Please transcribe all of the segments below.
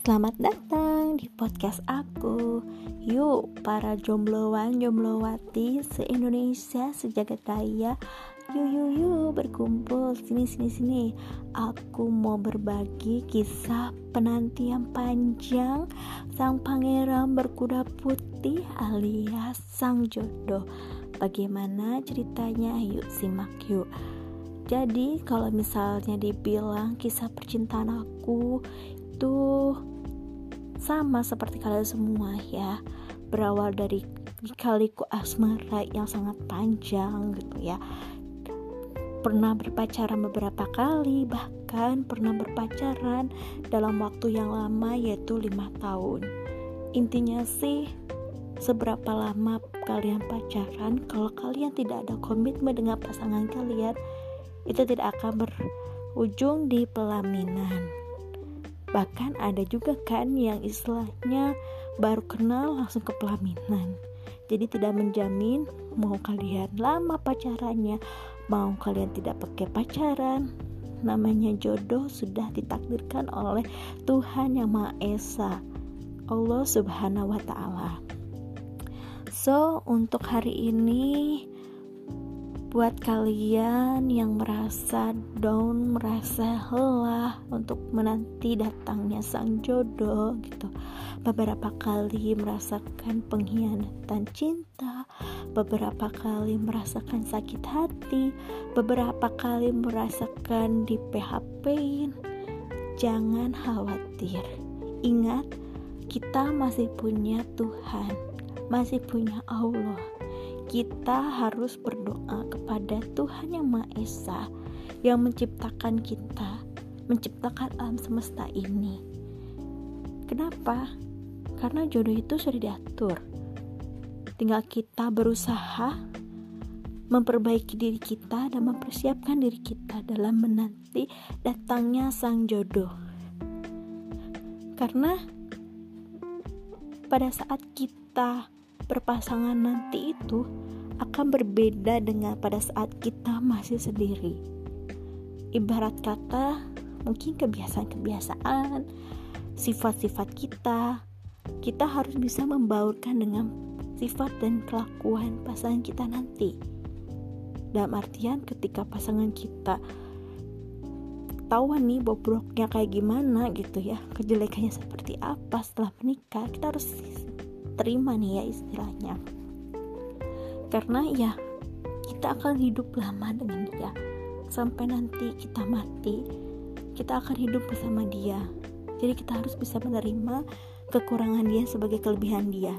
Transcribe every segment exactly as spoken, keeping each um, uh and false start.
Selamat datang di podcast aku. Yuk para jombloan, jomblowati se-Indonesia, sejagat raya. Yuk yuk yuk berkumpul sini sini sini. Aku mau berbagi kisah penantian panjang sang pangeran berkuda putih alias sang jodoh. Bagaimana ceritanya? Yuk simak yuk. Jadi kalau misalnya dibilang kisah percintaan aku itu sama seperti kalian semua ya, berawal dari lika-liku asmara yang sangat panjang gitu ya. Pernah berpacaran beberapa kali, bahkan pernah berpacaran dalam waktu yang lama, yaitu lima tahun. Intinya sih, seberapa lama kalian pacaran, kalau kalian tidak ada komitmen dengan pasangan kalian, itu tidak akan berujung di pelaminan. Bahkan ada juga kan yang istilahnya baru kenal langsung ke pelaminan. Jadi tidak menjamin mau kalian lama pacarannya, mau kalian tidak pakai pacaran, namanya jodoh sudah ditakdirkan oleh Tuhan Yang Maha Esa, Allah Subhanahu wa Ta'ala. So untuk hari ini, buat kalian yang merasa down, merasa lelah untuk menanti datangnya sang jodoh gitu, beberapa kali merasakan pengkhianatan cinta, beberapa kali merasakan sakit hati, beberapa kali merasakan di P H P-in, jangan khawatir. Ingat, kita masih punya Tuhan, masih punya Allah. Kita harus berdoa kepada Tuhan Yang Maha Esa yang menciptakan kita, menciptakan alam semesta ini. Kenapa? Karena jodoh itu sudah diatur. Tinggal kita berusaha memperbaiki diri kita dan mempersiapkan diri kita dalam menanti datangnya sang jodoh. Karena pada saat kita berpasangan nanti itu akan berbeda dengan pada saat kita masih sendiri. Ibarat kata, mungkin kebiasaan-kebiasaan, sifat-sifat kita, kita harus bisa membaurkan dengan sifat dan kelakuan pasangan kita nanti. Dalam artian ketika pasangan kita ketahuan nih bobroknya kayak gimana gitu ya, kejelekannya seperti apa setelah menikah, kita harus terima nih ya istilahnya. Karena ya kita akan hidup lama dengan dia, sampai nanti kita mati kita akan hidup bersama dia. Jadi kita harus bisa menerima kekurangan dia sebagai kelebihan dia.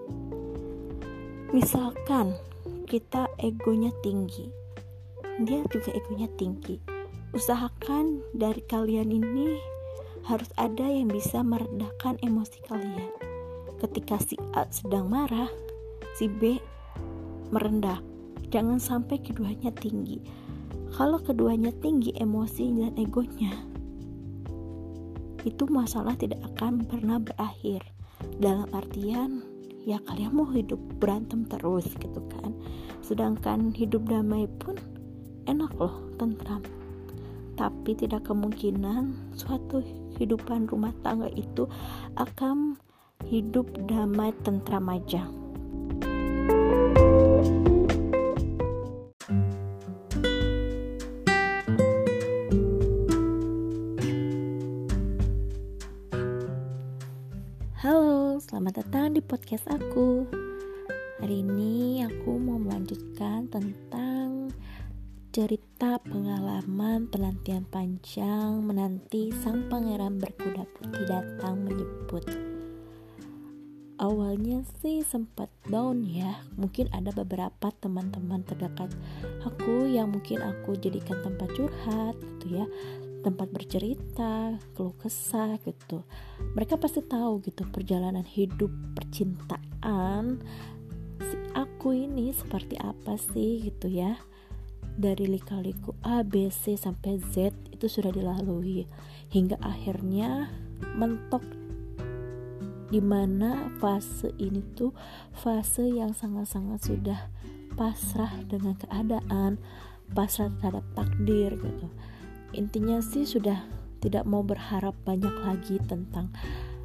Misalkan kita egonya tinggi, dia juga egonya tinggi, usahakan dari kalian ini harus ada yang bisa meredakan emosi kalian. Ketika si A sedang marah, si B merendah. Jangan sampai keduanya tinggi. Kalau keduanya tinggi emosi dan egonya, itu masalah tidak akan pernah berakhir. Dalam artian, ya kalian mau hidup berantem terus gitu kan. Sedangkan hidup damai pun enak loh, tentram. Tapi tidak kemungkinan suatu kehidupan rumah tangga itu akan hidup damai tentram aja. Halo, selamat datang di podcast aku. Hari ini aku mau melanjutkan tentang cerita pengalaman penantian panjang menanti sang pangeran berkuda putih datang menjemput. Awalnya sih sempat down ya. Mungkin ada beberapa teman-teman terdekat aku yang mungkin aku jadikan tempat curhat gitu ya, tempat bercerita, keluh kesah gitu. Mereka pasti tahu gitu perjalanan hidup percintaan si aku ini seperti apa sih gitu ya. Dari lika-liku A, B, C sampai Z itu sudah dilalui hingga akhirnya mentok, dimana fase ini tuh fase yang sangat-sangat sudah pasrah dengan keadaan, pasrah terhadap takdir gitu. Intinya sih sudah tidak mau berharap banyak lagi tentang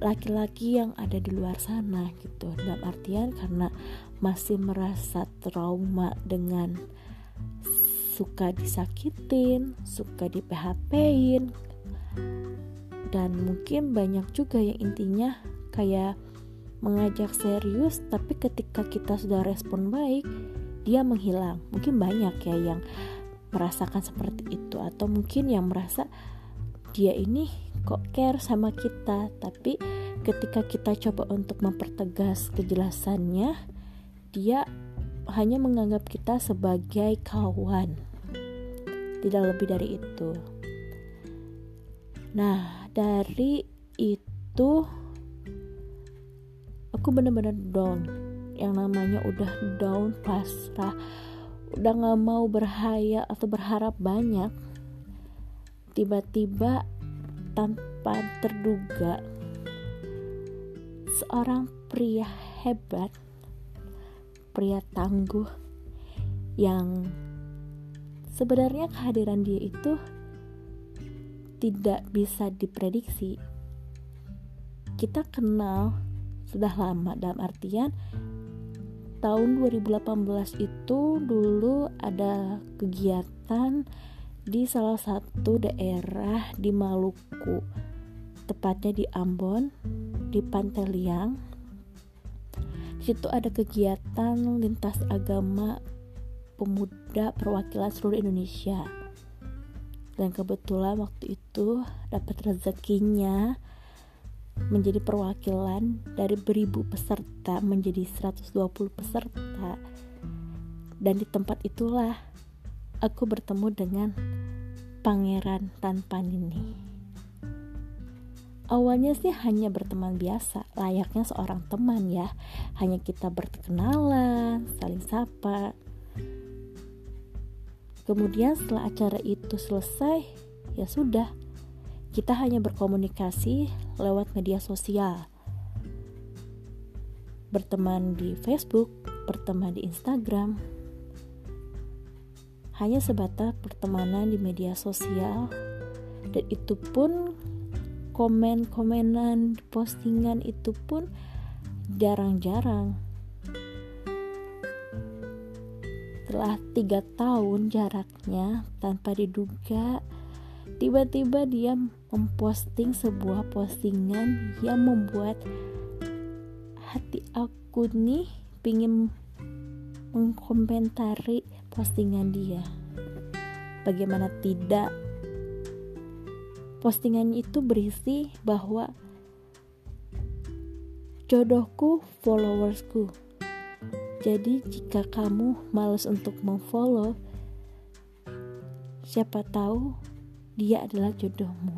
laki-laki yang ada di luar sana gitu. Dalam artian karena masih merasa trauma dengan suka disakitin, suka di P H P-in, dan mungkin banyak juga yang intinya kayak mengajak serius, tapi ketika kita sudah respon baik, dia menghilang. Mungkin banyak ya yang merasakan seperti itu, atau mungkin yang merasa dia ini kok care sama kita, tapi ketika kita coba untuk mempertegas kejelasannya, dia hanya menganggap kita sebagai kawan, tidak lebih dari itu. Nah, dari itu aku benar-benar down, yang namanya udah down, pasrah, udah gak mau berhayal atau berharap banyak. Tiba-tiba tanpa terduga, seorang pria hebat, pria tangguh, yang sebenarnya kehadiran dia itu tidak bisa diprediksi. Kita kenal sudah lama, dalam artian tahun dua ribu delapan belas itu dulu ada kegiatan di salah satu daerah di Maluku, tepatnya di Ambon, di Pantai Liang. Di situ ada kegiatan lintas agama pemuda perwakilan seluruh Indonesia. Dan kebetulan waktu itu dapat rezekinya menjadi perwakilan dari beribu peserta menjadi seratus dua puluh peserta. Dan di tempat itulah aku bertemu dengan Pangeran Tanpa Nini. Awalnya sih hanya berteman biasa, layaknya seorang teman ya. Hanya kita berkenalan, saling sapa. Kemudian setelah acara itu selesai, ya sudah, kita hanya berkomunikasi lewat media sosial. Berteman di Facebook, berteman di Instagram. Hanya sebatas pertemanan di media sosial, dan itu pun komen-komenan, postingan itu pun jarang-jarang. Setelah tiga tahun jaraknya, tanpa diduga, tiba-tiba dia memposting sebuah postingan yang membuat hati aku nih pingin mengkomentari postingan dia. Bagaimana tidak, postingannya itu berisi bahwa jodohku followersku. Jadi jika kamu malas untuk memfollow, siapa tahu dia adalah jodohmu.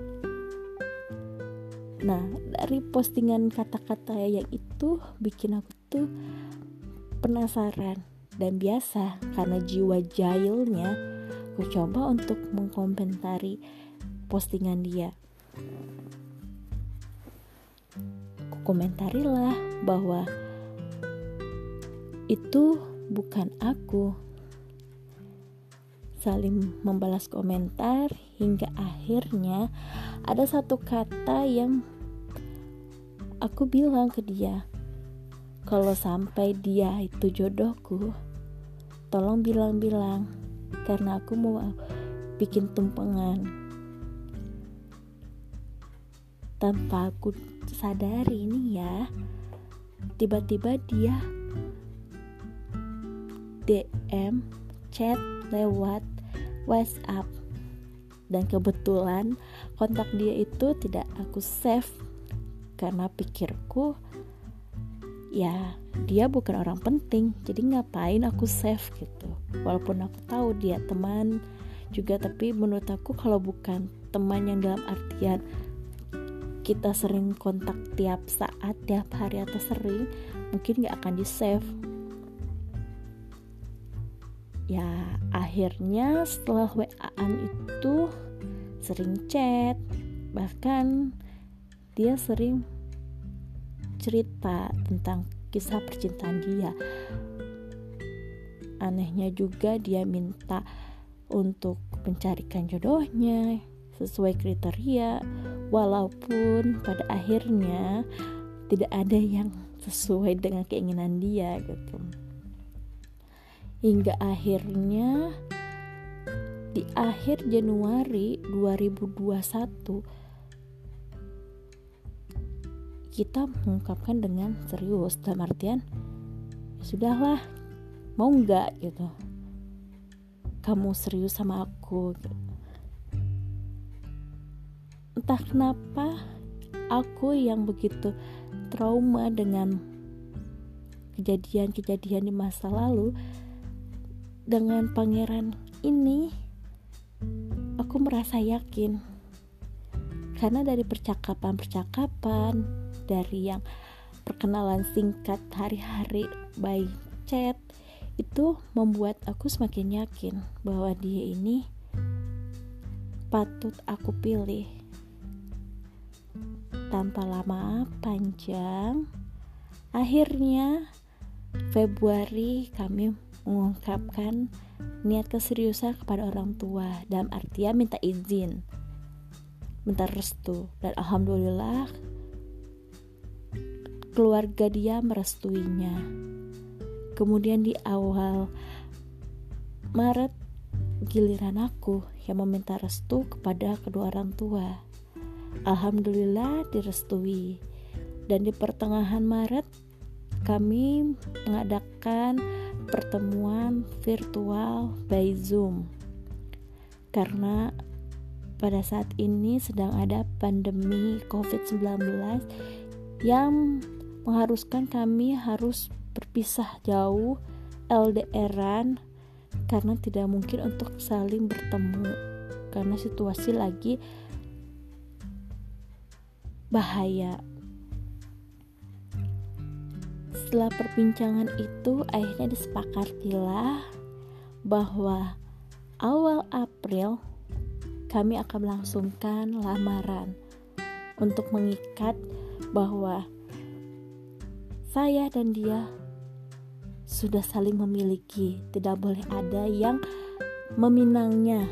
Nah, dari postingan kata-kata yang itu bikin aku tuh penasaran. Dan biasa, karena jiwa jahilnya, aku coba untuk mengkomentari postingan dia. Aku komentarilah bahwa itu bukan aku. Saling membalas komentar hingga akhirnya ada satu kata yang aku bilang ke dia, kalau sampai dia itu jodohku, tolong bilang-bilang, karena aku mau bikin tumpengan. Tanpa aku sadari ini ya, tiba-tiba dia D M, chat lewat WhatsApp, dan kebetulan kontak dia itu tidak aku save karena pikirku ya dia bukan orang penting, jadi ngapain aku save gitu. Walaupun aku tahu dia teman juga, tapi menurut aku kalau bukan teman yang dalam artian kita sering kontak tiap saat, tiap hari atau sering, mungkin gak akan di save. Ya akhirnya setelah W A-an itu sering chat, bahkan dia sering cerita tentang kisah percintaan dia. Anehnya juga dia minta untuk mencarikan jodohnya. sesuai kriteria, walaupun pada akhirnya tidak ada yang sesuai dengan keinginan dia gitu. Hingga akhirnya di akhir Januari dua ribu dua puluh satu kita mengungkapkan dengan serius, dalam artian ya sudahlah, mau nggak gitu kamu serius sama aku gitu. Entah kenapa aku yang begitu trauma dengan kejadian-kejadian di masa lalu, dengan pangeran ini aku merasa yakin, karena dari percakapan-percakapan, dari yang perkenalan singkat hari-hari by chat, itu membuat aku semakin yakin bahwa dia ini patut aku pilih. Tanpa lama panjang, akhirnya Februari kami mengungkapkan niat keseriusan kepada orang tua, dalam artian minta izin, minta restu, dan alhamdulillah keluarga dia merestuinya. Kemudian di awal Maret giliran aku yang meminta restu kepada kedua orang tua. Alhamdulillah direstui, dan di pertengahan Maret kami mengadakan pertemuan virtual by Zoom, karena pada saat ini sedang ada pandemi covid sembilan belas yang mengharuskan kami harus berpisah jauh, L D R-an, karena tidak mungkin untuk saling bertemu karena situasi lagi bahaya. Setelah perbincangan itu akhirnya disepakatilah bahwa awal April kami akan melangsungkan lamaran untuk mengikat bahwa saya dan dia sudah saling memiliki, tidak boleh ada yang meminangnya.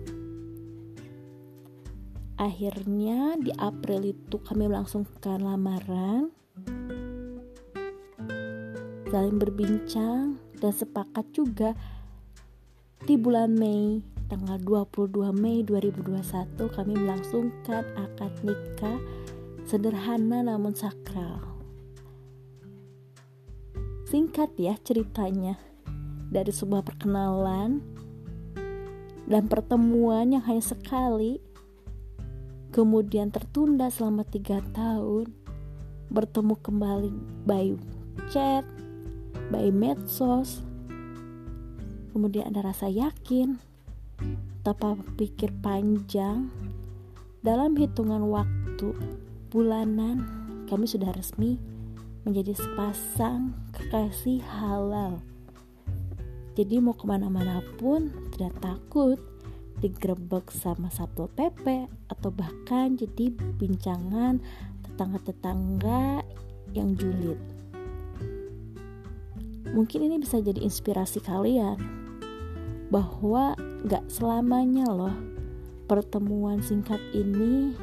Akhirnya di April itu kami melangsungkan lamaran, saling berbincang dan sepakat juga di bulan Mei, tanggal dua puluh dua Mei dua ribu dua puluh satu kami melangsungkan akad nikah sederhana namun sakral. Singkat ya ceritanya, dari sebuah perkenalan dan pertemuan yang hanya sekali, kemudian tertunda selama tiga tahun, bertemu kembali by chat, by medsos, kemudian ada rasa yakin, tanpa pikir panjang, dalam hitungan waktu bulanan kami sudah resmi menjadi sepasang kekasih halal. Jadi mau kemana-mana pun tidak takut digerebek sama Satpol P P, atau bahkan jadi bincangan tetangga-tetangga yang julid. Mungkin ini bisa jadi inspirasi kalian bahwa gak selamanya loh pertemuan singkat ini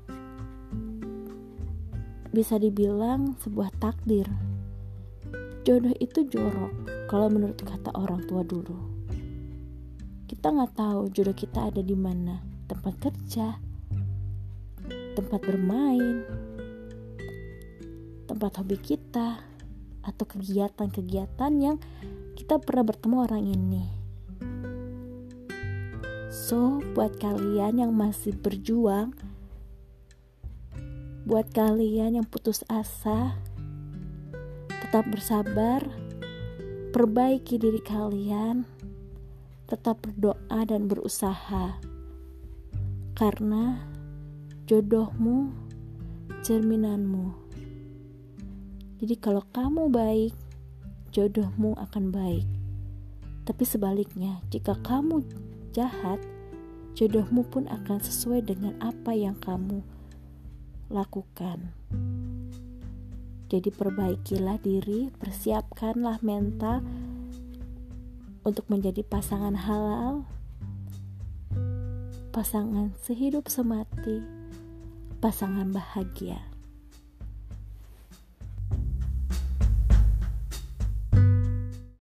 bisa dibilang sebuah takdir. Jodoh itu jorok kalau menurut kata orang tua dulu. Kita nggak tahu jodoh kita ada di mana, tempat kerja, tempat bermain, tempat hobi kita, atau kegiatan-kegiatan yang kita pernah bertemu orang ini. So, buat kalian yang masih berjuang, buat kalian yang putus asa, tetap bersabar, perbaiki diri kalian, tetap berdoa dan berusaha, karena jodohmu cerminanmu. Jadi kalau kamu baik, jodohmu akan baik. Tapi sebaliknya, jika kamu jahat, jodohmu pun akan sesuai dengan apa yang kamu lakukan. Jadi perbaikilah diri, persiapkanlah mental untuk menjadi pasangan halal, pasangan sehidup semati, pasangan bahagia.